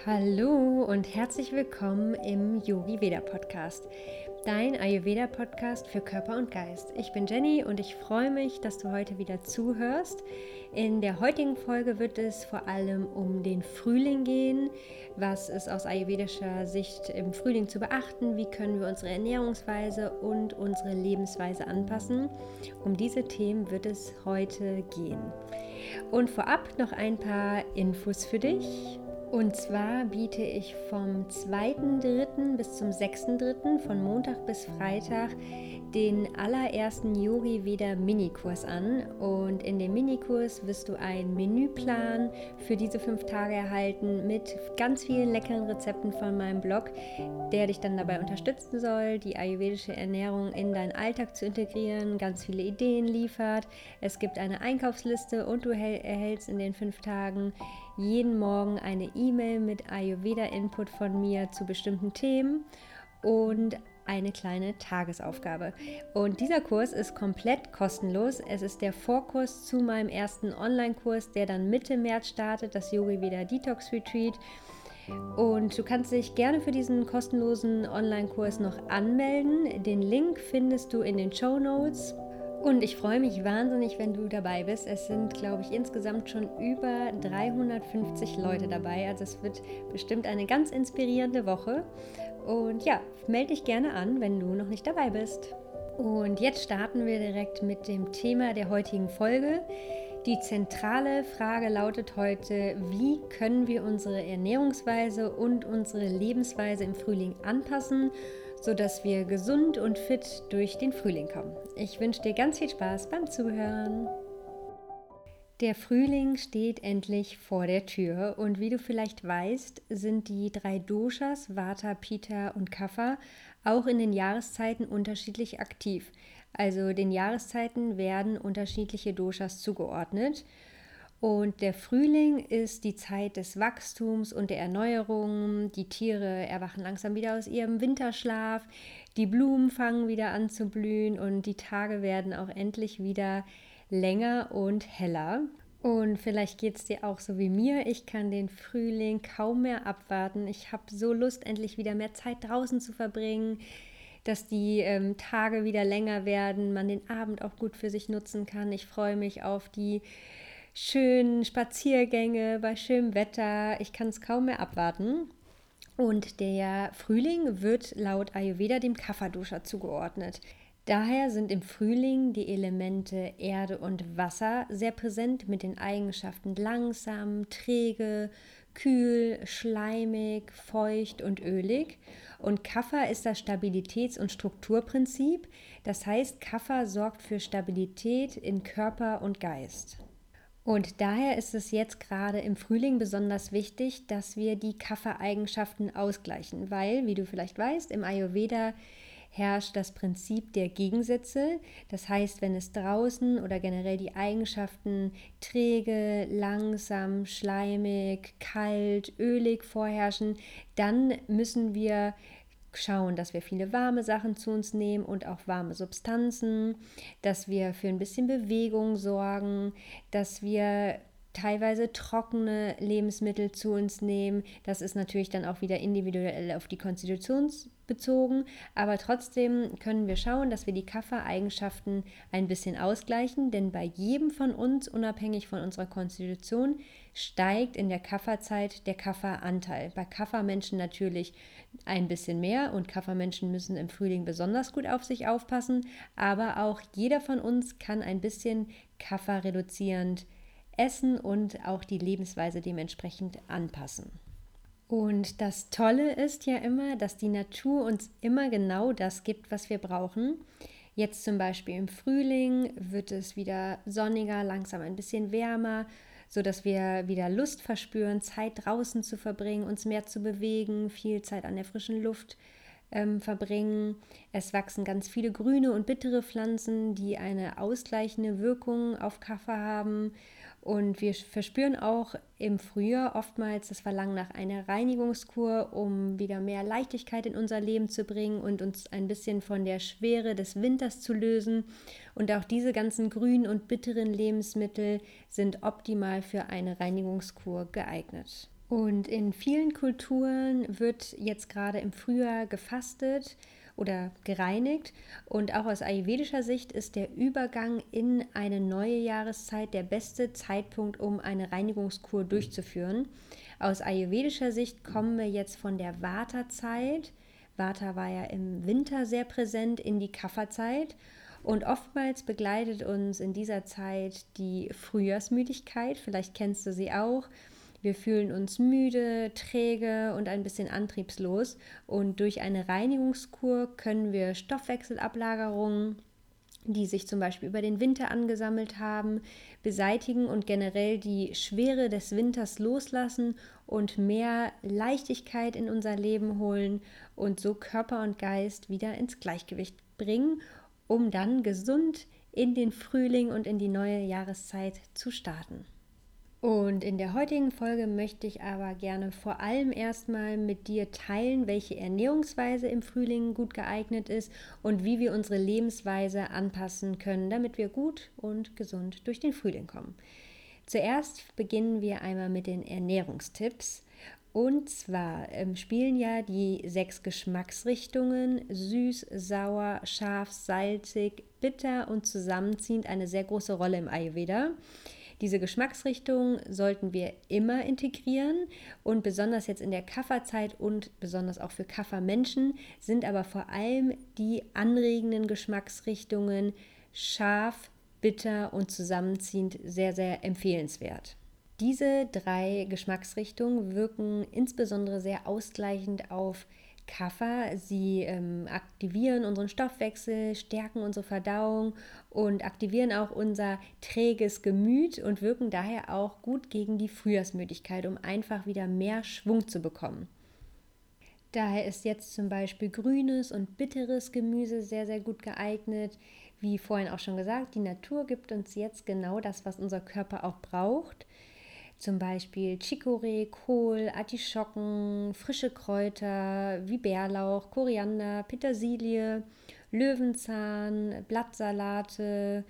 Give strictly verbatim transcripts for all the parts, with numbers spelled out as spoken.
Hallo und herzlich willkommen im Yogi Veda Podcast, dein Ayurveda Podcast für Körper und Geist. Ich bin Jenny und ich freue mich, dass du heute wieder zuhörst. In der heutigen Folge wird es vor allem um den Frühling gehen. Was ist aus ayurvedischer Sicht im Frühling zu beachten? Wie können wir unsere Ernährungsweise und unsere Lebensweise anpassen? Um diese Themen wird es heute gehen. Und vorab noch ein paar Infos für dich. Und zwar biete ich vom zweiten dritten bis zum sechsten dritten von Montag bis Freitag den allerersten Yogi Veda Minikurs an. Und in dem Minikurs wirst du einen Menüplan für diese fünf Tage erhalten mit ganz vielen leckeren Rezepten von meinem Blog, der dich dann dabei unterstützen soll, die ayurvedische Ernährung in deinen Alltag zu integrieren, ganz viele Ideen liefert. Es gibt eine Einkaufsliste und du erhältst in den fünf Tagen jeden Morgen eine E-Mail mit Ayurveda-Input von mir zu bestimmten Themen und eine kleine Tagesaufgabe. Und dieser Kurs ist komplett kostenlos. Es ist der Vorkurs zu meinem ersten Online-Kurs, der dann Mitte März startet, das Yogi Veda Detox Retreat. Und du kannst dich gerne für diesen kostenlosen Online-Kurs noch anmelden. Den Link findest du in den Shownotes. Und ich freue mich wahnsinnig, wenn du dabei bist. Es sind, glaube ich, insgesamt schon über dreihundertfünfzig Leute dabei. Also es wird bestimmt eine ganz inspirierende Woche. Und ja, melde dich gerne an, wenn du noch nicht dabei bist. Und jetzt starten wir direkt mit dem Thema der heutigen Folge. Die zentrale Frage lautet heute: Wie können wir unsere Ernährungsweise und unsere Lebensweise im Frühling anpassen, sodass wir gesund und fit durch den Frühling kommen? Ich wünsche dir ganz viel Spaß beim Zuhören. Der Frühling steht endlich vor der Tür und wie du vielleicht weißt, sind die drei Doshas, Vata, Pitta und Kapha, auch in den Jahreszeiten unterschiedlich aktiv. Also den Jahreszeiten werden unterschiedliche Doshas zugeordnet. Und der Frühling ist die Zeit des Wachstums und der Erneuerung. Die Tiere erwachen langsam wieder aus ihrem Winterschlaf. Die Blumen fangen wieder an zu blühen und die Tage werden auch endlich wieder länger und heller. Und vielleicht geht es dir auch so wie mir. Ich kann den Frühling kaum mehr abwarten. Ich habe so Lust, endlich wieder mehr Zeit draußen zu verbringen, dass die ähm, Tage wieder länger werden, man den Abend auch gut für sich nutzen kann. Ich freue mich auf die schönen Spaziergänge bei schönem Wetter. Ich kann es kaum mehr abwarten. Und der Frühling wird laut Ayurveda dem Kapha-Dosha zugeordnet. Daher sind im Frühling die Elemente Erde und Wasser sehr präsent mit den Eigenschaften langsam, träge, kühl, schleimig, feucht und ölig. Und Kapha ist das Stabilitäts- und Strukturprinzip. Das heißt, Kapha sorgt für Stabilität in Körper und Geist. Und daher ist es jetzt gerade im Frühling besonders wichtig, dass wir die Kapha-Eigenschaften ausgleichen, weil, wie du vielleicht weißt, im Ayurveda herrscht das Prinzip der Gegensätze. Das heißt, wenn es draußen oder generell die Eigenschaften träge, langsam, schleimig, kalt, ölig vorherrschen, dann müssen wir schauen, dass wir viele warme Sachen zu uns nehmen und auch warme Substanzen, dass wir für ein bisschen Bewegung sorgen, dass wir teilweise trockene Lebensmittel zu uns nehmen. Das ist natürlich dann auch wieder individuell auf die Konstitution bezogen, aber trotzdem können wir schauen, dass wir die Kapha-Eigenschaften ein bisschen ausgleichen, denn bei jedem von uns, unabhängig von unserer Konstitution, steigt in der Kapha-Zeit der Kapha-Anteil. Bei Kapha-Menschen natürlich ein bisschen mehr und Kapha-Menschen müssen im Frühling besonders gut auf sich aufpassen, aber auch jeder von uns kann ein bisschen Kapha reduzierend essen und auch die Lebensweise dementsprechend anpassen. Und das Tolle ist ja immer, dass die Natur uns immer genau das gibt, was wir brauchen. Jetzt zum Beispiel im Frühling wird es wieder sonniger, langsam ein bisschen wärmer, sodass wir wieder Lust verspüren, Zeit draußen zu verbringen, uns mehr zu bewegen, viel Zeit an der frischen Luft ähm, verbringen. Es wachsen ganz viele grüne und bittere Pflanzen, die eine ausgleichende Wirkung auf Kapha haben. Und wir verspüren auch im Frühjahr oftmals das Verlangen nach einer Reinigungskur, um wieder mehr Leichtigkeit in unser Leben zu bringen und uns ein bisschen von der Schwere des Winters zu lösen. Und auch diese ganzen grünen und bitteren Lebensmittel sind optimal für eine Reinigungskur geeignet. Und in vielen Kulturen wird jetzt gerade im Frühjahr gefastet oder gereinigt. Und auch aus ayurvedischer Sicht ist der Übergang in eine neue Jahreszeit der beste Zeitpunkt, um eine Reinigungskur durchzuführen. Aus ayurvedischer Sicht kommen wir jetzt von der Vata-Zeit. Vata war ja im Winter sehr präsent, in die Kapha-Zeit. Und oftmals begleitet uns in dieser Zeit die Frühjahrsmüdigkeit. Vielleicht kennst du sie auch. Wir fühlen uns müde, träge und ein bisschen antriebslos. Und durch eine Reinigungskur können wir Stoffwechselablagerungen, die sich zum Beispiel über den Winter angesammelt haben, beseitigen und generell die Schwere des Winters loslassen und mehr Leichtigkeit in unser Leben holen und so Körper und Geist wieder ins Gleichgewicht bringen, um dann gesund in den Frühling und in die neue Jahreszeit zu starten. Und in der heutigen Folge möchte ich aber gerne vor allem erstmal mit dir teilen, welche Ernährungsweise im Frühling gut geeignet ist und wie wir unsere Lebensweise anpassen können, damit wir gut und gesund durch den Frühling kommen. Zuerst beginnen wir einmal mit den Ernährungstipps. Und zwar ähm, spielen ja die sechs Geschmacksrichtungen süß, sauer, scharf, salzig, bitter und zusammenziehend eine sehr große Rolle im Ayurveda. Diese Geschmacksrichtungen sollten wir immer integrieren und besonders jetzt in der Kapha-Zeit und besonders auch für Kapha-Menschen sind aber vor allem die anregenden Geschmacksrichtungen scharf, bitter und zusammenziehend sehr, sehr empfehlenswert. Diese drei Geschmacksrichtungen wirken insbesondere sehr ausgleichend auf Kapha. Sie ähm, aktivieren unseren Stoffwechsel, stärken unsere Verdauung und aktivieren auch unser träges Gemüt und wirken daher auch gut gegen die Frühjahrsmüdigkeit, um einfach wieder mehr Schwung zu bekommen. Daher ist jetzt zum Beispiel grünes und bitteres Gemüse sehr, sehr gut geeignet. Wie vorhin auch schon gesagt, die Natur gibt uns jetzt genau das, was unser Körper auch braucht. Zum Beispiel Chicorée, Kohl, Artischocken, frische Kräuter wie Bärlauch, Koriander, Petersilie, Löwenzahn, Blattsalate,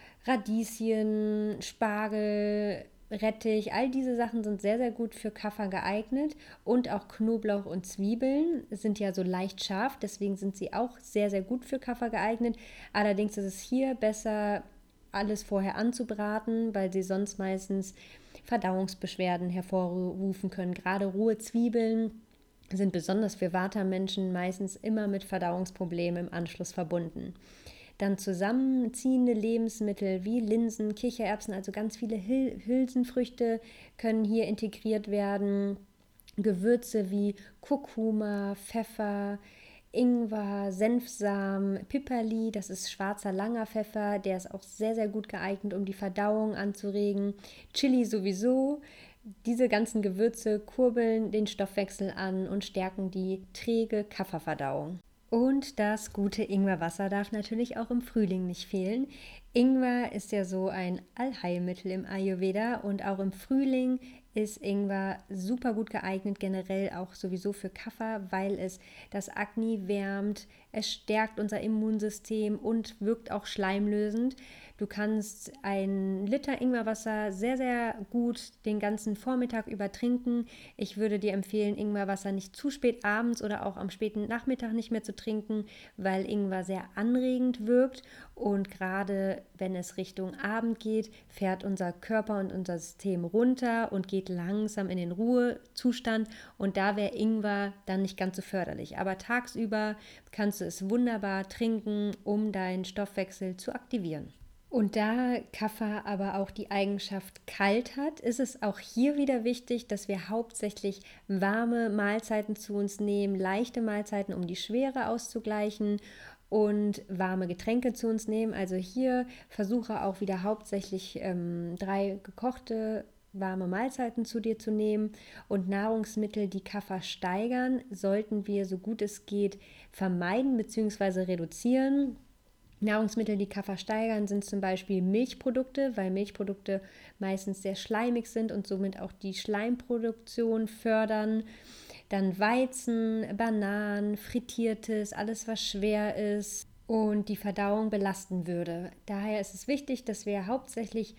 Radieschen, Spargel, Rettich. All diese Sachen sind sehr, sehr gut für Kapha geeignet und auch Knoblauch und Zwiebeln sind ja so leicht scharf, deswegen sind sie auch sehr, sehr gut für Kapha geeignet. Allerdings ist es hier besser, alles vorher anzubraten, weil sie sonst meistens Verdauungsbeschwerden hervorrufen können. Gerade rohe Zwiebeln sind besonders für Vata-Menschen meistens immer mit Verdauungsproblemen im Anschluss verbunden. Dann zusammenziehende Lebensmittel wie Linsen, Kichererbsen, also ganz viele Hül- Hülsenfrüchte können hier integriert werden. Gewürze wie Kurkuma, Pfeffer, Ingwer, Senfsamen, Pipperli, das ist schwarzer langer Pfeffer, der ist auch sehr, sehr gut geeignet, um die Verdauung anzuregen. Chili sowieso. Diese ganzen Gewürze kurbeln den Stoffwechsel an und stärken die träge Kapha-Verdauung. Und das gute Ingwerwasser darf natürlich auch im Frühling nicht fehlen. Ingwer ist ja so ein Allheilmittel im Ayurveda und auch im Frühling ist Ingwer super gut geeignet, generell auch sowieso für Kapha, weil es das Agni wärmt, es stärkt unser Immunsystem und wirkt auch schleimlösend. Du kannst ein Liter Ingwerwasser sehr, sehr gut den ganzen Vormittag über trinken. Ich würde dir empfehlen, Ingwerwasser nicht zu spät abends oder auch am späten Nachmittag nicht mehr zu trinken, weil Ingwer sehr anregend wirkt und gerade wenn es Richtung Abend geht, fährt unser Körper und unser System runter und geht langsam in den Ruhezustand und da wäre Ingwer dann nicht ganz so förderlich. Aber tagsüber kannst du es wunderbar trinken, um deinen Stoffwechsel zu aktivieren. Und da Kapha aber auch die Eigenschaft kalt hat, ist es auch hier wieder wichtig, dass wir hauptsächlich warme Mahlzeiten zu uns nehmen, leichte Mahlzeiten, um die Schwere auszugleichen und warme Getränke zu uns nehmen. Also hier versuche auch wieder hauptsächlich ähm, drei gekochte warme Mahlzeiten zu dir zu nehmen und Nahrungsmittel, die Kapha steigern, sollten wir so gut es geht vermeiden bzw. reduzieren. Nahrungsmittel, die Kapha steigern, sind zum Beispiel Milchprodukte, weil Milchprodukte meistens sehr schleimig sind und somit auch die Schleimproduktion fördern. Dann Weizen, Bananen, Frittiertes, alles was schwer ist und die Verdauung belasten würde. Daher ist es wichtig, dass wir hauptsächlich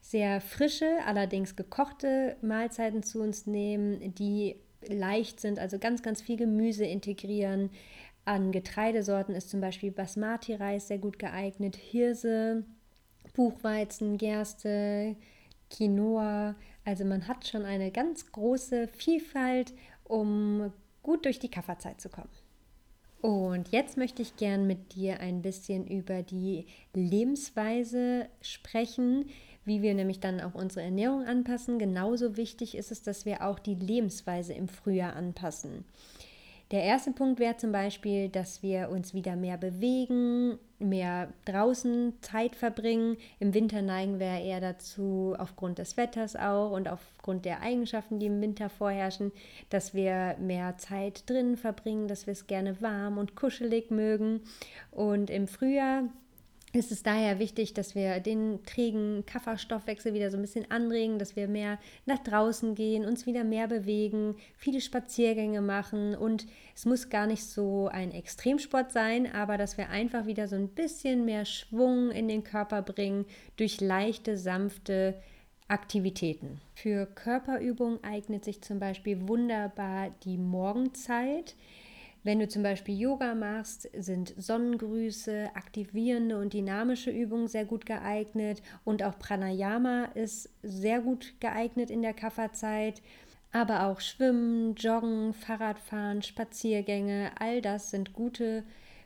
sehr frische, allerdings gekochte Mahlzeiten zu uns nehmen, die leicht sind, also ganz, ganz viel Gemüse integrieren. An Getreidesorten ist zum Beispiel Basmati-Reis sehr gut geeignet, Hirse, Buchweizen, Gerste, Quinoa. Also man hat schon eine ganz große Vielfalt, um gut durch die Kafferzeit zu kommen. Und jetzt möchte ich gern mit dir ein bisschen über die Lebensweise sprechen, wie wir nämlich dann auch unsere Ernährung anpassen. Genauso wichtig ist es, dass wir auch die Lebensweise im Frühjahr anpassen. Der erste Punkt wäre zum Beispiel, dass wir uns wieder mehr bewegen, mehr draußen Zeit verbringen. Im Winter neigen wir eher dazu, aufgrund des Wetters auch und aufgrund der Eigenschaften, die im Winter vorherrschen, dass wir mehr Zeit drinnen verbringen, dass wir es gerne warm und kuschelig mögen. Und im Frühjahr ist es daher wichtig, dass wir den trägen Kafferstoffwechsel wieder so ein bisschen anregen, dass wir mehr nach draußen gehen, uns wieder mehr bewegen, viele Spaziergänge machen und es muss gar nicht so ein Extremsport sein, aber dass wir einfach wieder so ein bisschen mehr Schwung in den Körper bringen durch leichte, sanfte Aktivitäten. Für Körperübungen eignet sich zum Beispiel wunderbar die Morgenzeit. Wenn du zum Beispiel Yoga machst, sind Sonnengrüße, aktivierende und dynamische Übungen sehr gut geeignet und auch Pranayama ist sehr gut geeignet in der Kafferzeit. Aber auch Schwimmen, Joggen, Fahrradfahren, Spaziergänge, all das sind gute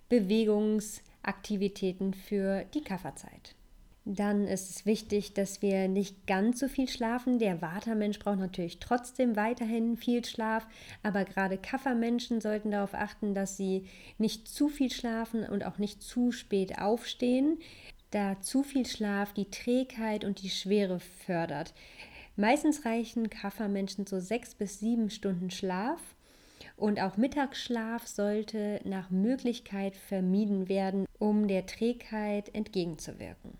Bewegungsaktivitäten für die Kafferzeit. Dann ist es wichtig, dass wir nicht ganz so viel schlafen. Der Vata-Mensch braucht natürlich trotzdem weiterhin viel Schlaf, aber gerade Kaffermenschen sollten darauf achten, dass sie nicht zu viel schlafen und auch nicht zu spät aufstehen, da zu viel Schlaf die Trägheit und die Schwere fördert. Meistens reichen Kaffermenschen so sechs bis sieben Stunden Schlaf. Und auch Mittagsschlaf sollte nach Möglichkeit vermieden werden, um der Trägheit entgegenzuwirken.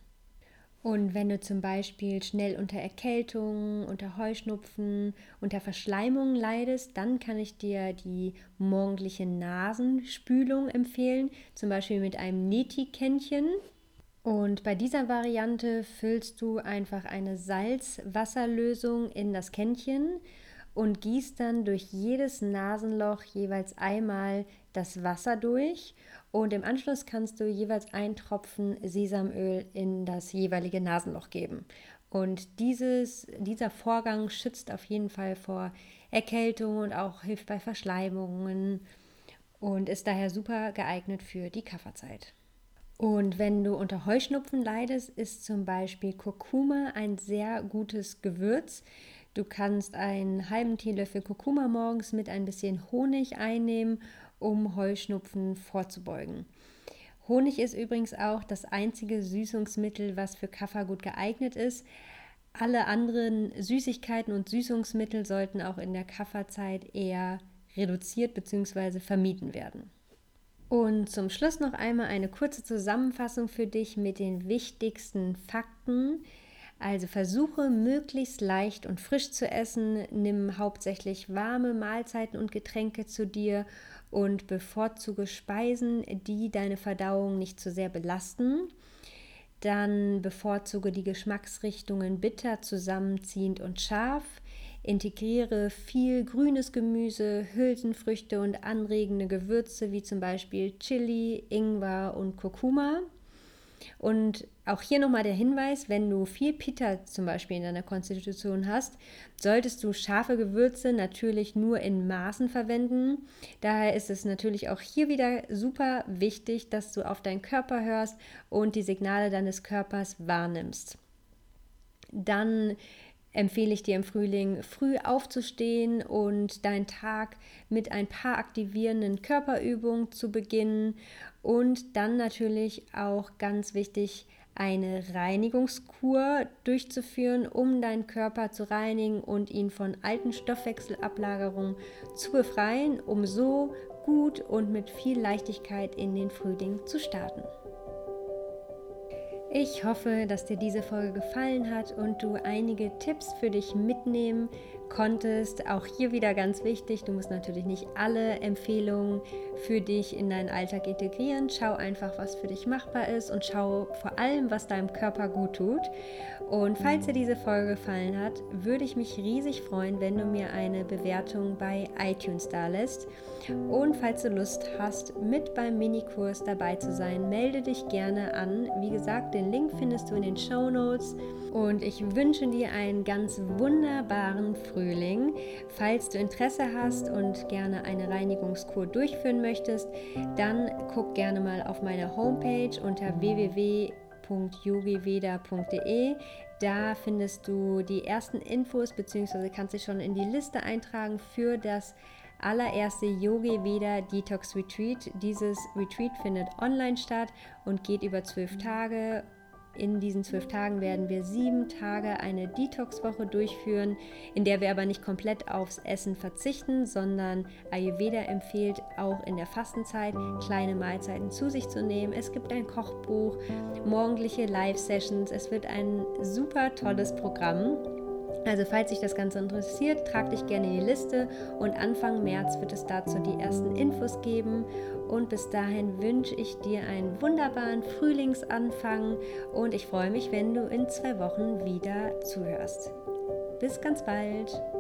Und wenn du zum Beispiel schnell unter Erkältung, unter Heuschnupfen, unter Verschleimungen leidest, dann kann ich dir die morgendliche Nasenspülung empfehlen, zum Beispiel mit einem Neti-Kännchen. Und bei dieser Variante füllst du einfach eine Salzwasserlösung in das Kännchen und gießt dann durch jedes Nasenloch jeweils einmal das Wasser durch. Und im Anschluss kannst du jeweils einen Tropfen Sesamöl in das jeweilige Nasenloch geben. Und dieses, dieser Vorgang schützt auf jeden Fall vor Erkältung und auch hilft bei Verschleimungen und ist daher super geeignet für die Kafferzeit. Und wenn du unter Heuschnupfen leidest, ist zum Beispiel Kurkuma ein sehr gutes Gewürz. Du kannst einen halben Teelöffel Kurkuma morgens mit ein bisschen Honig einnehmen, um Heuschnupfen vorzubeugen. Honig ist übrigens auch das einzige Süßungsmittel, was für Kaffer gut geeignet ist. Alle anderen Süßigkeiten und Süßungsmittel sollten auch in der Kafferzeit eher reduziert bzw. vermieden werden. Und zum Schluss noch einmal eine kurze Zusammenfassung für dich mit den wichtigsten Fakten. Also versuche möglichst leicht und frisch zu essen, nimm hauptsächlich warme Mahlzeiten und Getränke zu dir und bevorzuge Speisen, die deine Verdauung nicht zu sehr belasten. Dann bevorzuge die Geschmacksrichtungen bitter, zusammenziehend und scharf. Integriere viel grünes Gemüse, Hülsenfrüchte und anregende Gewürze wie zum Beispiel Chili, Ingwer und Kurkuma. Und auch hier nochmal der Hinweis, wenn du viel Pitta zum Beispiel in deiner Konstitution hast, solltest du scharfe Gewürze natürlich nur in Maßen verwenden. Daher ist es natürlich auch hier wieder super wichtig, dass du auf deinen Körper hörst und die Signale deines Körpers wahrnimmst. Dann empfehle ich dir im Frühling, früh aufzustehen und deinen Tag mit ein paar aktivierenden Körperübungen zu beginnen und dann natürlich auch ganz wichtig, eine Reinigungskur durchzuführen, um deinen Körper zu reinigen und ihn von alten Stoffwechselablagerungen zu befreien, um so gut und mit viel Leichtigkeit in den Frühling zu starten. Ich hoffe, dass dir diese Folge gefallen hat und du einige Tipps für dich mitnehmen konntest. Auch hier wieder ganz wichtig, du musst natürlich nicht alle Empfehlungen für dich in deinen Alltag integrieren. Schau einfach, was für dich machbar ist und schau vor allem, was deinem Körper gut tut. Und falls dir diese Folge gefallen hat, würde ich mich riesig freuen, wenn du mir eine Bewertung bei iTunes dalässt. Und falls du Lust hast, mit beim Minikurs dabei zu sein, melde dich gerne an. Wie gesagt, den Link findest du in den Shownotes. Und ich wünsche dir einen ganz wunderbaren Frühling. Falls du Interesse hast und gerne eine Reinigungskur durchführen möchtest, dann guck gerne mal auf meine Homepage unter w w w punkt yogiveda punkt d e. Da findest du die ersten Infos, beziehungsweise kannst dich schon in die Liste eintragen für das allererste Yogi Veda Detox Retreat. Dieses Retreat findet online statt und geht über zwölf Tage. In diesen zwölf Tagen werden wir sieben Tage eine Detox-Woche durchführen, in der wir aber nicht komplett aufs Essen verzichten, sondern Ayurveda empfiehlt auch in der Fastenzeit kleine Mahlzeiten zu sich zu nehmen. Es gibt ein Kochbuch, morgendliche Live-Sessions, es wird ein super tolles Programm. Also falls dich das Ganze interessiert, trag dich gerne in die Liste und Anfang März wird es dazu die ersten Infos geben. Und bis dahin wünsche ich dir einen wunderbaren Frühlingsanfang und ich freue mich, wenn du in zwei Wochen wieder zuhörst. Bis ganz bald!